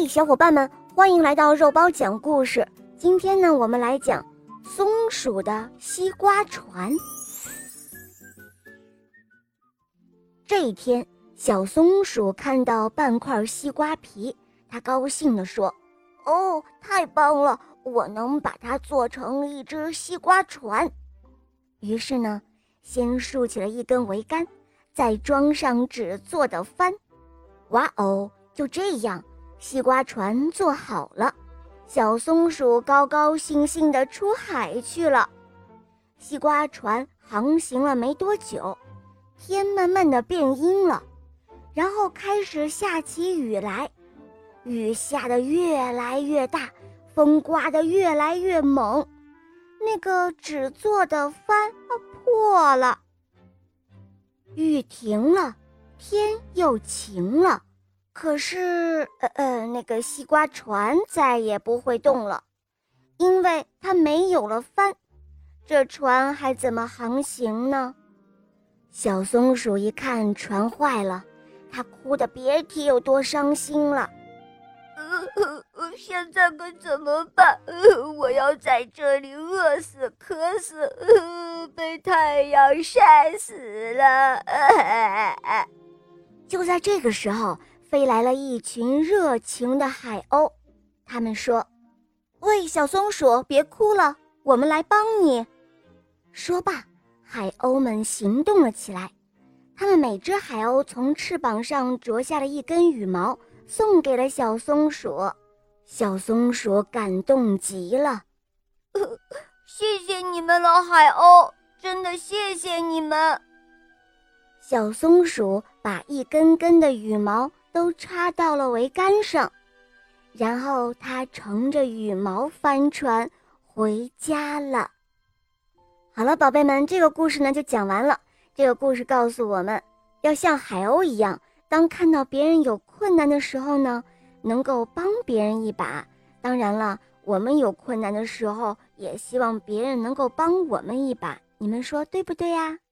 嘿，小伙伴们，欢迎来到肉包讲故事。今天呢，我们来讲松鼠的西瓜船。这一天，小松鼠看到半块西瓜皮，它高兴地说：“哦，太棒了，我能把它做成一只西瓜船。”于是呢，先竖起了一根桅杆，再装上纸做的帆。哇哦，就这样，西瓜船做好了，小松鼠高高兴兴地出海去了。西瓜船航行了没多久，天慢慢地变阴了，然后开始下起雨来，雨下得越来越大，风刮得越来越猛，那个纸做的帆破了。雨停了，天又晴了，可是那个西瓜船再也不会动了，因为它没有了帆，这船还怎么航行呢？小松鼠一看船坏了，它哭得别提有多伤心了。现在可怎么办？我要在这里饿死、渴死，被太阳晒死了。就在这个时候，飞来了一群热情的海鸥，他们说：“喂，小松鼠，别哭了，我们来帮你。”说罢，海鸥们行动了起来。他们每只海鸥从翅膀上啄下了一根羽毛，送给了小松鼠。小松鼠感动极了，谢谢你们，老海鸥，真的谢谢你们。小松鼠把一根根的羽毛都插到了桅杆上，然后它乘着羽毛帆船回家了。好了，宝贝们，这个故事呢就讲完了。这个故事告诉我们，要像海鸥一样，当看到别人有困难的时候呢，能够帮别人一把。当然了，我们有困难的时候，也希望别人能够帮我们一把。你们说对不对呀？